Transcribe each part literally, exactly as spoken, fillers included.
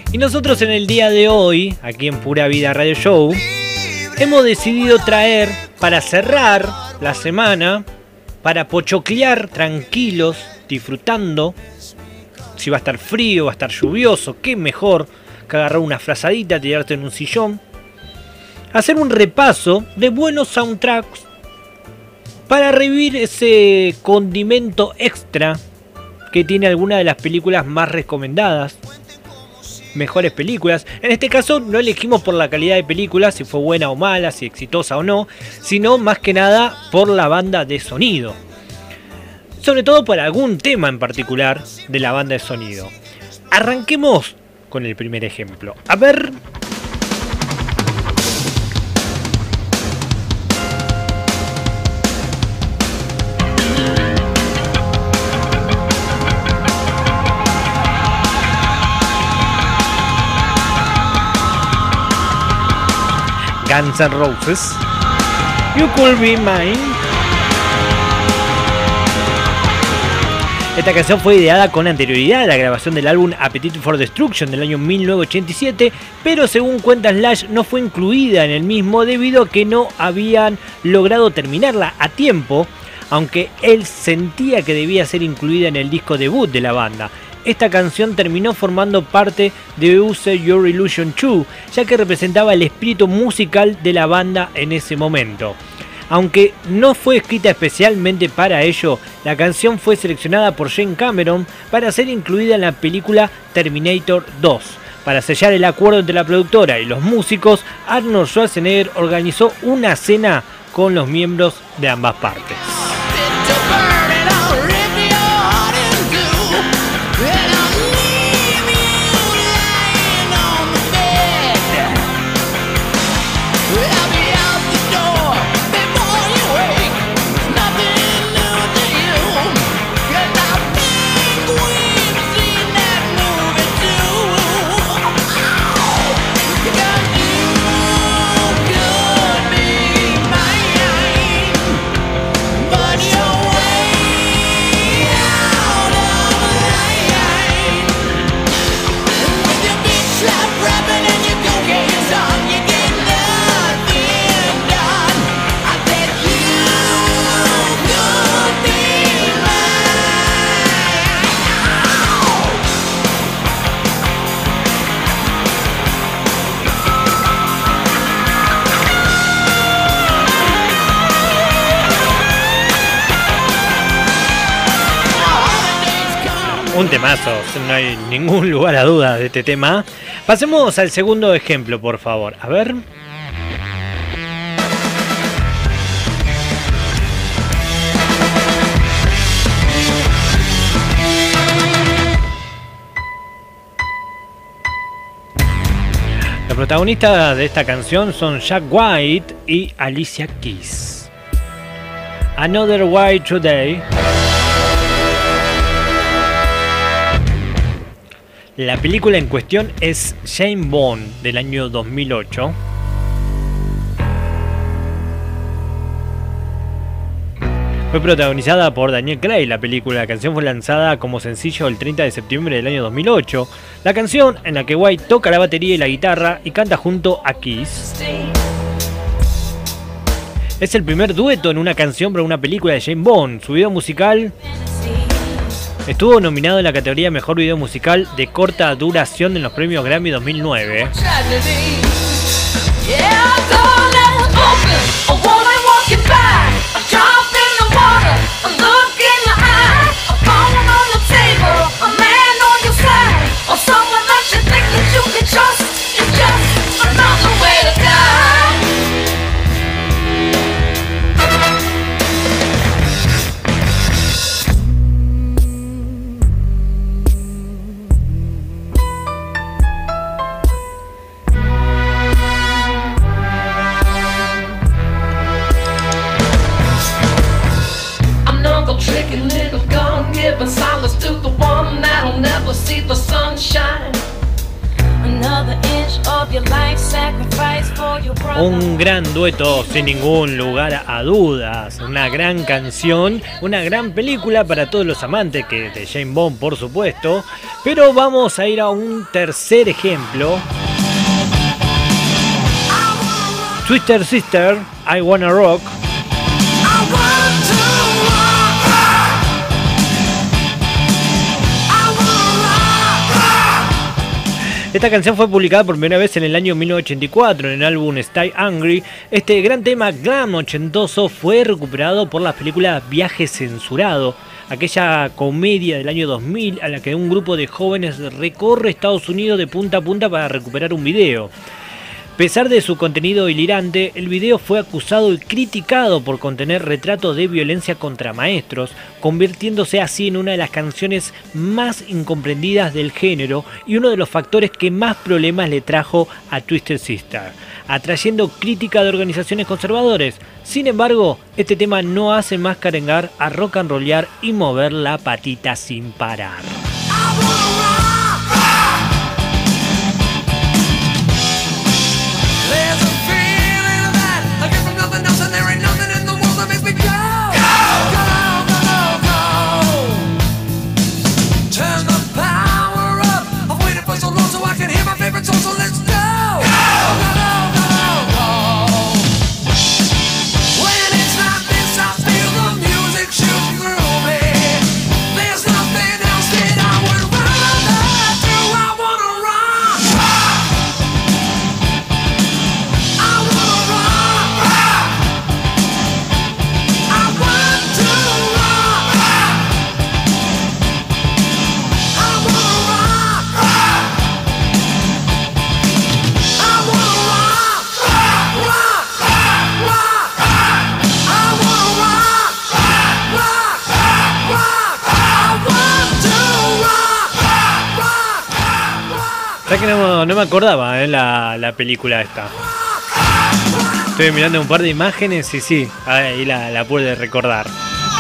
Y nosotros en el día de hoy, aquí en Pura Vida Radio Show, hemos decidido traer, para cerrar la semana, para pochoclear tranquilos, disfrutando. Si va a estar frío, va a estar lluvioso, qué mejor que agarrar una frazadita, tirarte en un sillón. Hacer un repaso de buenos soundtracks para revivir ese condimento extra que tiene alguna de las películas más recomendadas. Mejores películas. En este caso no elegimos por la calidad de película, si fue buena o mala, si exitosa o no, sino más que nada por la banda de sonido. Sobre todo por algún tema en particular de la banda de sonido. Arranquemos con el primer ejemplo. A ver... Guns N' Roses, You Could Be Mine. Esta canción fue ideada con anterioridad a la grabación del álbum Appetite for Destruction del año mil novecientos ochenta y siete, pero según cuenta Slash no fue incluida en el mismo debido a que no habían logrado terminarla a tiempo, aunque él sentía que debía ser incluida en el disco debut de la banda. Esta canción terminó formando parte de Use Your Illusion dos, ya que representaba el espíritu musical de la banda en ese momento. Aunque no fue escrita especialmente para ello, la canción fue seleccionada por James Cameron para ser incluida en la película Terminator dos. Para sellar el acuerdo entre la productora y los músicos, Arnold Schwarzenegger organizó una cena con los miembros de ambas partes. Un temazo, no hay ningún lugar a duda de este tema. Pasemos al segundo ejemplo, por favor. A ver. Los protagonistas de esta canción son Jack White y Alicia Keys. Another Way Today. La película en cuestión es James Bond del año dos mil ocho. Fue protagonizada por Daniel Craig. La película, la canción fue lanzada como sencillo el treinta de septiembre del año dos mil ocho. La canción en la que White toca la batería y la guitarra y canta junto a Keys. Es el primer dueto en una canción para una película de James Bond. Su video musical estuvo nominado en la categoría Mejor Video Musical de corta duración en los premios Grammy dos mil nueve. Un gran dueto sin ningún lugar a dudas, una gran canción, una gran película para todos los amantes que de James Bond, por supuesto, pero vamos a ir a un tercer ejemplo. Twister Sister, I Wanna Rock. Esta canción fue publicada por primera vez en el año mil novecientos ochenta y cuatro en el álbum Stay Angry. Este gran tema glam ochentoso fue recuperado por la película Viaje Censurado, aquella comedia del año dos mil a la que un grupo de jóvenes recorre Estados Unidos de punta a punta para recuperar un video. A pesar de su contenido delirante, el video fue acusado y criticado por contener retratos de violencia contra maestros, convirtiéndose así en una de las canciones más incomprendidas del género y uno de los factores que más problemas le trajo a Twisted Sister, atrayendo crítica de organizaciones conservadoras. Sin embargo, este tema no hace más que arengar a rock and rollear y mover la patita sin parar. Ya que no, no me acordaba eh, la, la película esta. Estoy mirando un par de imágenes y sí, ahí la, la pude recordar.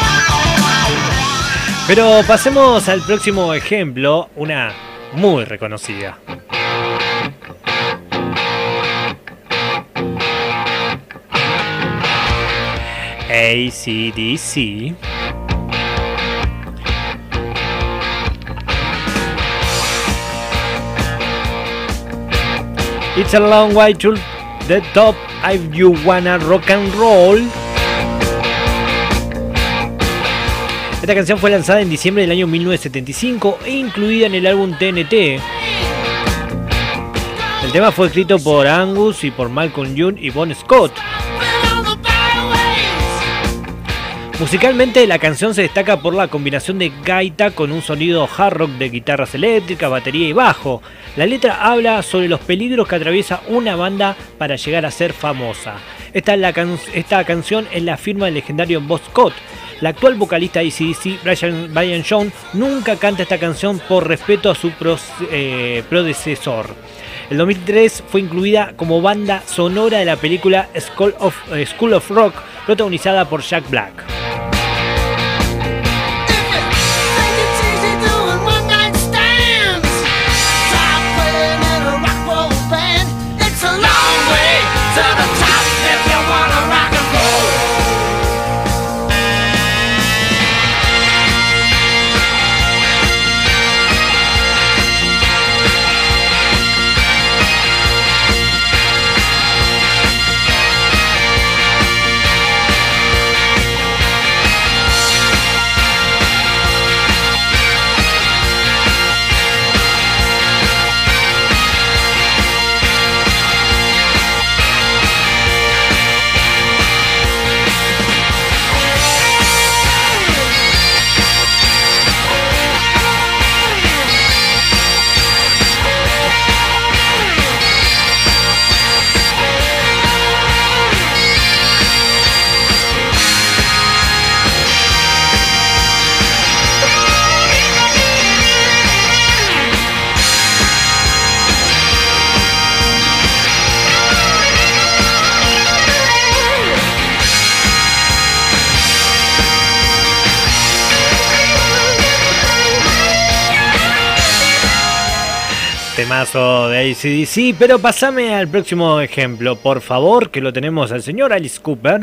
Pero pasemos al próximo ejemplo, una muy reconocida. A C D C. It's a long way to the top if you wanna rock and roll. Esta canción fue lanzada en diciembre del año mil novecientos setenta y cinco e incluida en el álbum T N T. El tema fue escrito por Angus y por Malcolm Young y Bon Scott. Musicalmente, la canción se destaca por la combinación de gaita con un sonido hard rock de guitarras eléctricas, batería y bajo. La letra habla sobre los peligros que atraviesa una banda para llegar a ser famosa. Esta, es la can esta canción es la firma del legendario Bon Scott. La actual vocalista de A C D C, Brian, Brian Jones, nunca canta esta canción por respeto a su pro, eh, predecesor. El dos mil tres fue incluida como banda sonora de la película School of, eh, School of Rock, protagonizada por Jack Black. Temazo de A C D C, pero pasame al próximo ejemplo, por favor, que lo tenemos al señor Alice Cooper.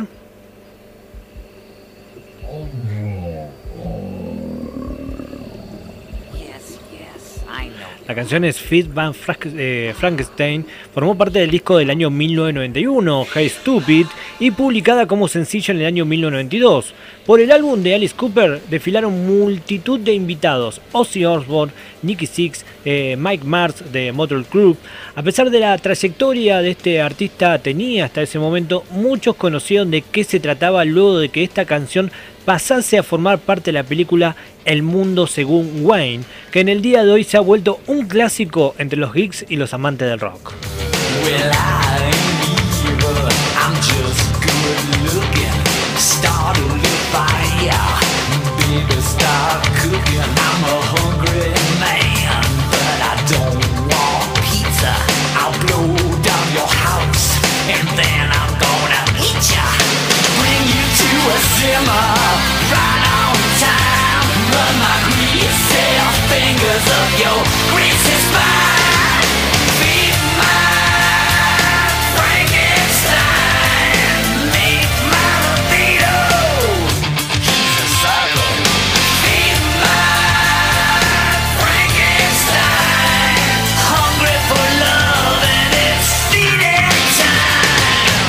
La canción es Fit Van Frankenstein, formó parte del disco del año mil novecientos noventa y uno, Hey Stupid, y publicada como sencillo en el año mil novecientos noventa y dos. Por el álbum de Alice Cooper desfilaron multitud de invitados: Ozzy Osbourne, Nicky Sixx, eh, Mike Mars de Motley Crue. A pesar de la trayectoria de este artista tenía hasta ese momento, muchos conocieron de qué se trataba luego de que esta canción pasase a formar parte de la película El Mundo Según Wayne, que en el día de hoy se ha vuelto un clásico entre los geeks y los amantes del rock. Well, I ain't evil, I'm just good looking. Start a little fire, baby, start cooking. I'm a hungry man, but I don't want pizza. I'll blow down your house, and then I'm gonna eat ya. Bring you to a simmer, right on time. Run my greasy fingers up your greasy spine. Feed my Frankenstein, make my libido. He's a psycho. Feed my Frankenstein, hungry for love and it's feeding time.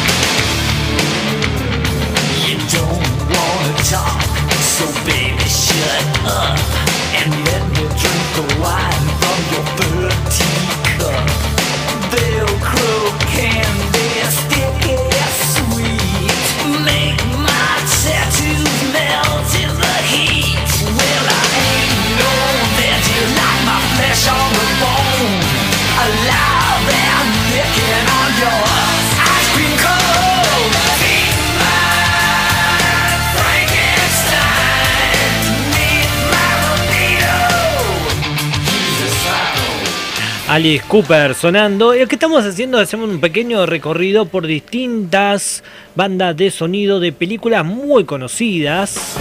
You don't wanna talk, so baby shut up and let me drink the wine from your bird teacup. Velcro candy, sticky sweet, make my tattoos melt in the heat. Well, I ain't know that you like my flesh on the bone, alive and licking on your ice cream cone. Feed my Frankenstein, meet my libido. He's a psycho. Alice Cooper sonando. Y lo que estamos haciendo, hacemos un pequeño recorrido por distintas bandas de sonido de películas muy conocidas,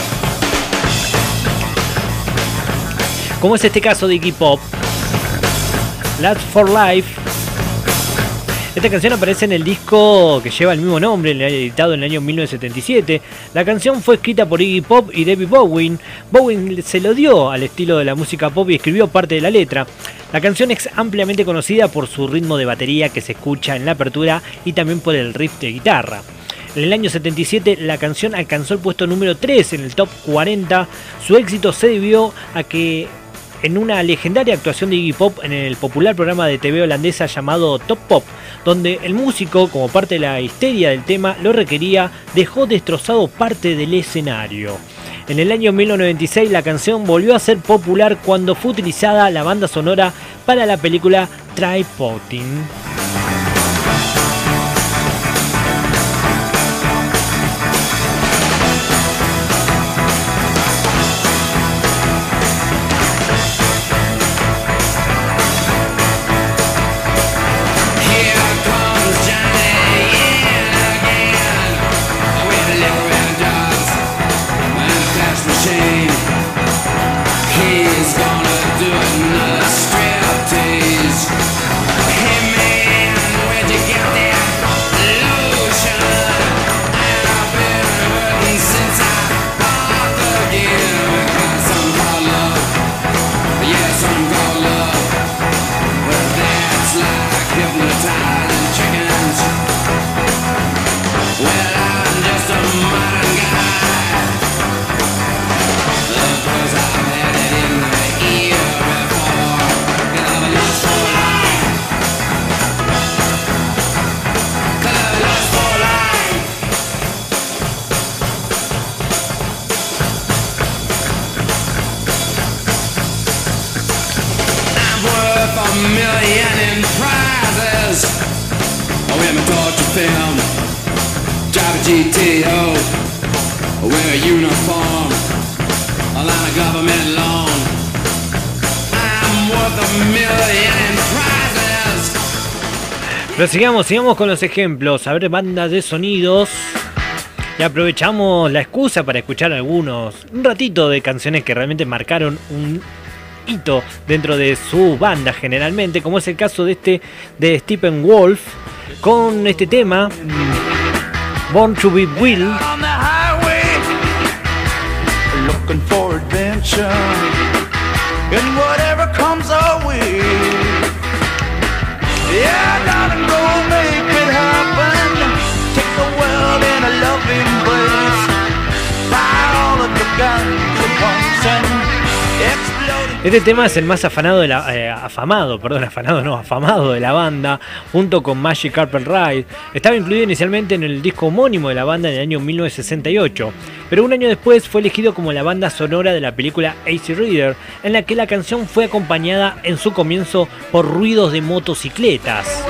como es este caso de Iggy Pop, Last for Life. Esta canción aparece en el disco que lleva el mismo nombre, editado en el año mil novecientos setenta y siete. La canción fue escrita por Iggy Pop y David Bowie. Bowie se lo dio al estilo de la música pop y escribió parte de la letra. La canción es ampliamente conocida por su ritmo de batería que se escucha en la apertura y también por el riff de guitarra. En el año setenta y siete la canción alcanzó el puesto número tres en el top cuarenta. Su éxito se debió a que en una legendaria actuación de Iggy Pop en el popular programa de T V holandesa llamado Top Pop, donde el músico, como parte de la histeria del tema lo requería, dejó destrozado parte del escenario. En el año mil novecientos noventa y seis la canción volvió a ser popular cuando fue utilizada la banda sonora para la película Trainspotting. Pero sigamos, sigamos con los ejemplos, a ver, bandas de sonidos. Y aprovechamos la excusa para escuchar algunos, un ratito de canciones que realmente marcaron un hito dentro de su banda generalmente, como es el caso de este de Steppenwolf con este tema Born to Be Wild. Looking for adventure and whatever comes our way. Yeah, darling, go make it happen. Take the world in a loving embrace. Fire all of your guns at once and explode. Este tema es el más afanado de la, eh, afamado, perdón, afanado no, afamado de la banda, junto con Magic Carpet Ride. Estaba incluido inicialmente en el disco homónimo de la banda en el año mil novecientos sesenta y ocho, pero un año después fue elegido como la banda sonora de la película Easy Rider, en la que la canción fue acompañada en su comienzo por ruidos de motocicletas.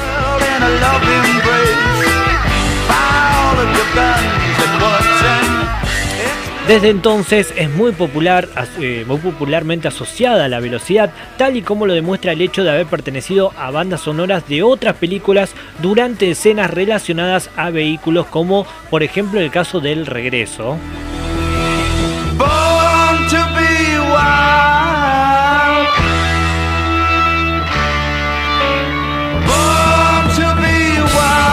Desde entonces es muy popular, eh, muy popularmente asociada a la velocidad, tal y como lo demuestra el hecho de haber pertenecido a bandas sonoras de otras películas durante escenas relacionadas a vehículos, como por ejemplo el caso del Regreso. Born to be wild. Born to be wild.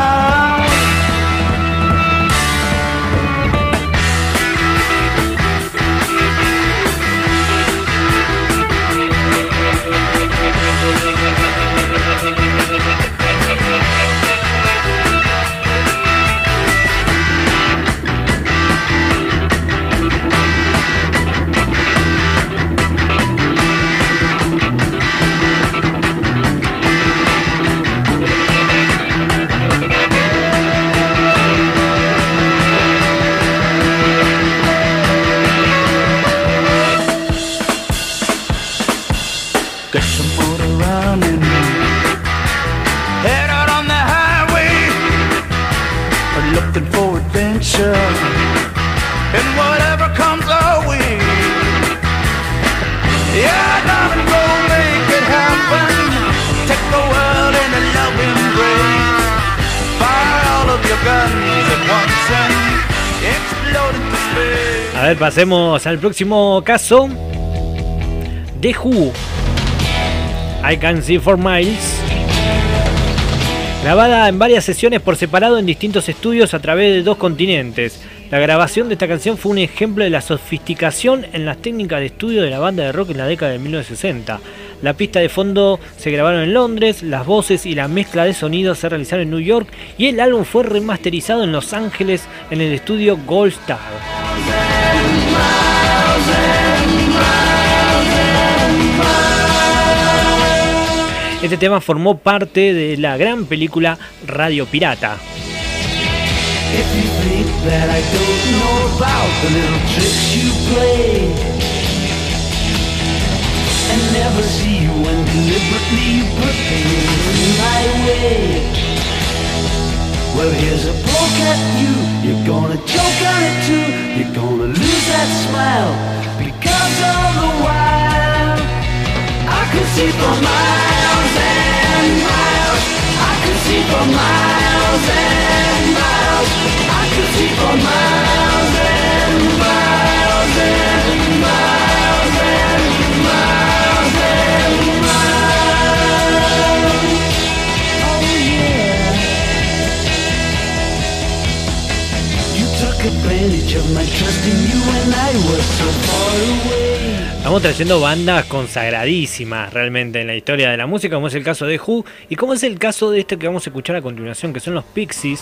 Get some motor running. Head out on the highway. We're looking for adventure. And whatever comes our way. Yeah, darling, go make it happen. Take the world in a loving embrace. Fire all of your guns at once and explode into space. A ver, pasemos al próximo caso. The Who, I Can See For Miles. Grabada en varias sesiones por separado en distintos estudios a través de dos continentes. La grabación de esta canción fue un ejemplo de la sofisticación en las técnicas de estudio de la banda de rock en la década de mil novecientos sesenta. La pista de fondo se grabaron en Londres, las voces y la mezcla de sonidos se realizaron en New York y el álbum fue remasterizado en Los Ángeles en el estudio Gold Star. Este tema formó parte de la gran película Radio Pirata. If you think that I don't know about the little tricks you play and never see you when deliberately you put things in my way, well, here's a poke at you. You're gonna choke on it too. You're gonna lose that smile because all the while I could see for miles and miles. I could see for miles and miles. I could see for miles and miles and miles and miles and miles. Oh yeah. You took advantage of my trust in you when I was so far away. Estamos trayendo bandas consagradísimas realmente en la historia de la música, como es el caso de Who y como es el caso de este que vamos a escuchar a continuación, que son los Pixies.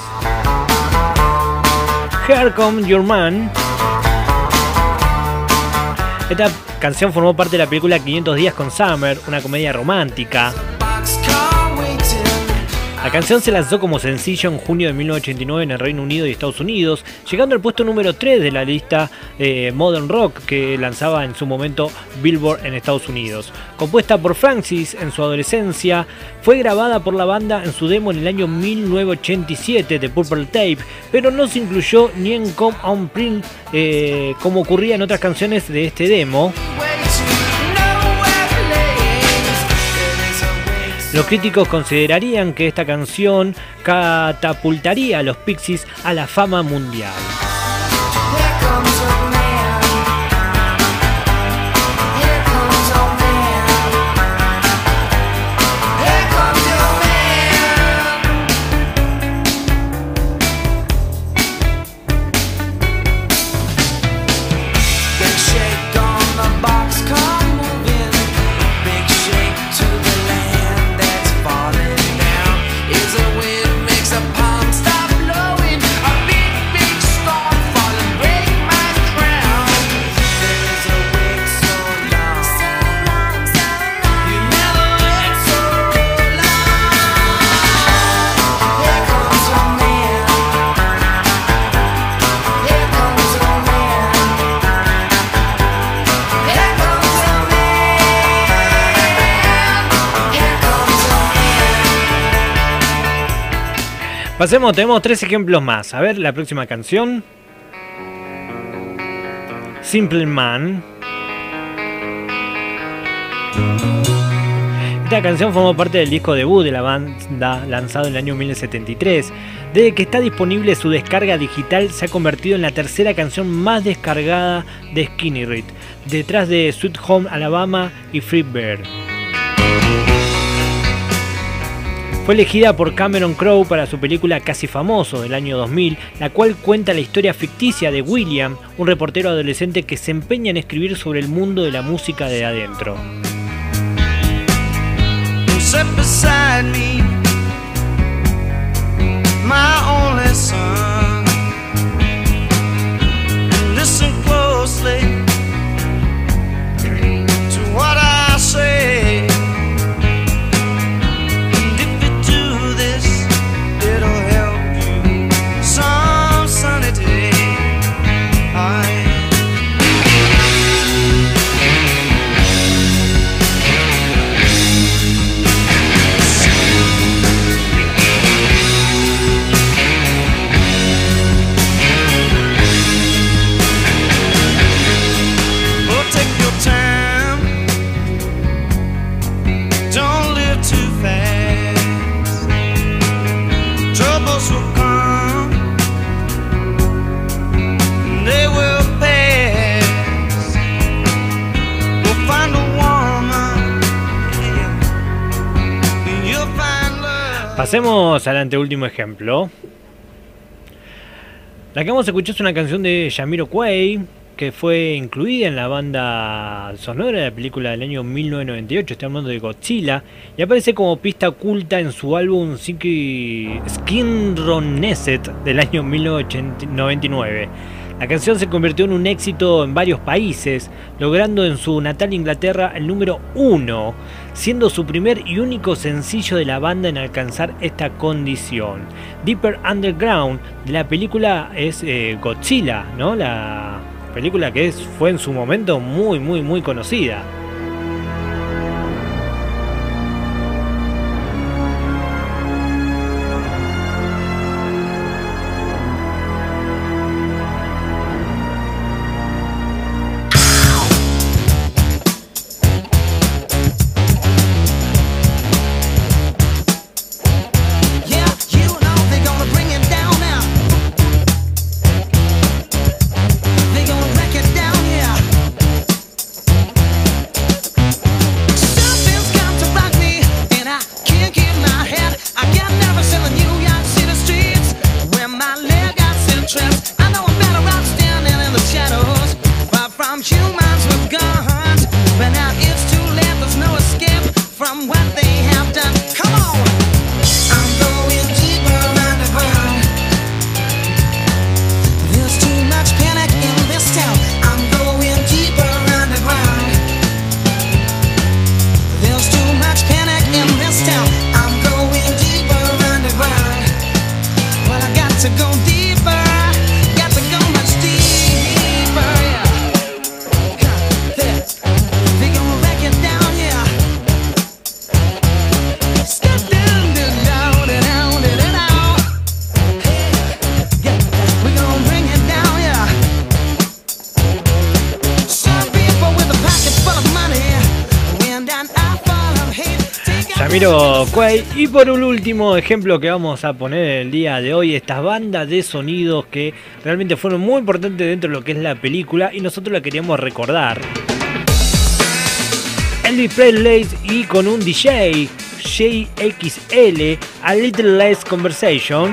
Here Comes Your Man. Esta canción formó parte de la película quinientos días con Summer, una comedia romántica. La canción se lanzó como sencillo en junio de mil novecientos ochenta y nueve en el Reino Unido y Estados Unidos, llegando al puesto número tres de la lista eh, Modern Rock que lanzaba en su momento Billboard en Estados Unidos. Compuesta por Francis en su adolescencia, fue grabada por la banda en su demo en el año mil novecientos ochenta y siete de Purple Tape, pero no se incluyó ni en Come On Print eh, como ocurría en otras canciones de este demo. Los críticos considerarían que esta canción catapultaría a los Pixies a la fama mundial. Pasemos, tenemos tres ejemplos más. A ver, la próxima canción. Simple Man. Esta canción formó parte del disco debut de la banda lanzado en el año mil novecientos setenta y tres. Desde que está disponible su descarga digital se ha convertido en la tercera canción más descargada de Skinny Reed, detrás de Sweet Home Alabama y Free Bird. Fue elegida por Cameron Crowe para su película Casi Famoso del año dos mil, la cual cuenta la historia ficticia de William, un reportero adolescente que se empeña en escribir sobre el mundo de la música de adentro. Sit beside me, my only son, and listen closely to what I say. And if you do this, it'll help you some sunny day. I Pasemos al anteúltimo ejemplo. La que vamos a escuchar es una canción de Jamiroquai que fue incluida en la banda sonora de la película del año mil novecientos noventa y ocho, estoy hablando de Godzilla, y aparece como pista oculta en su álbum Skinroneset del año mil novecientos noventa y nueve. La canción se convirtió en un éxito en varios países, logrando en su natal Inglaterra el número uno, siendo su primer y único sencillo de la banda en alcanzar esta condición. Deeper Underground de la película es eh, Godzilla, ¿no? La película que es, fue en su momento muy muy muy conocida. Jamiroquai. Y por un último ejemplo que vamos a poner el día de hoy, estas bandas de sonidos que realmente fueron muy importantes dentro de lo que es la película y nosotros la queríamos recordar. Elvis Presley y con un D J, J X L, A Little Less Conversation.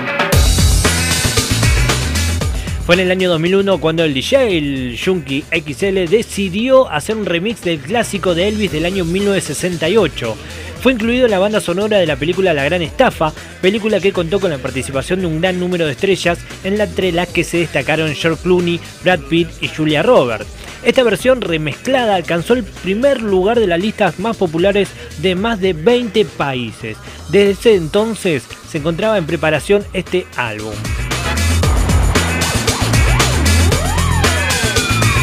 Fue en el año dos mil uno cuando el D J, el Junkie X L, decidió hacer un remix del clásico de Elvis del año mil novecientos sesenta y ocho. Fue incluido en la banda sonora de la película La Gran Estafa, película que contó con la participación de un gran número de estrellas, entre las que se destacaron George Clooney, Brad Pitt y Julia Roberts. Esta versión remezclada alcanzó el primer lugar de las listas más populares de más de veinte países. Desde ese entonces se encontraba en preparación este álbum.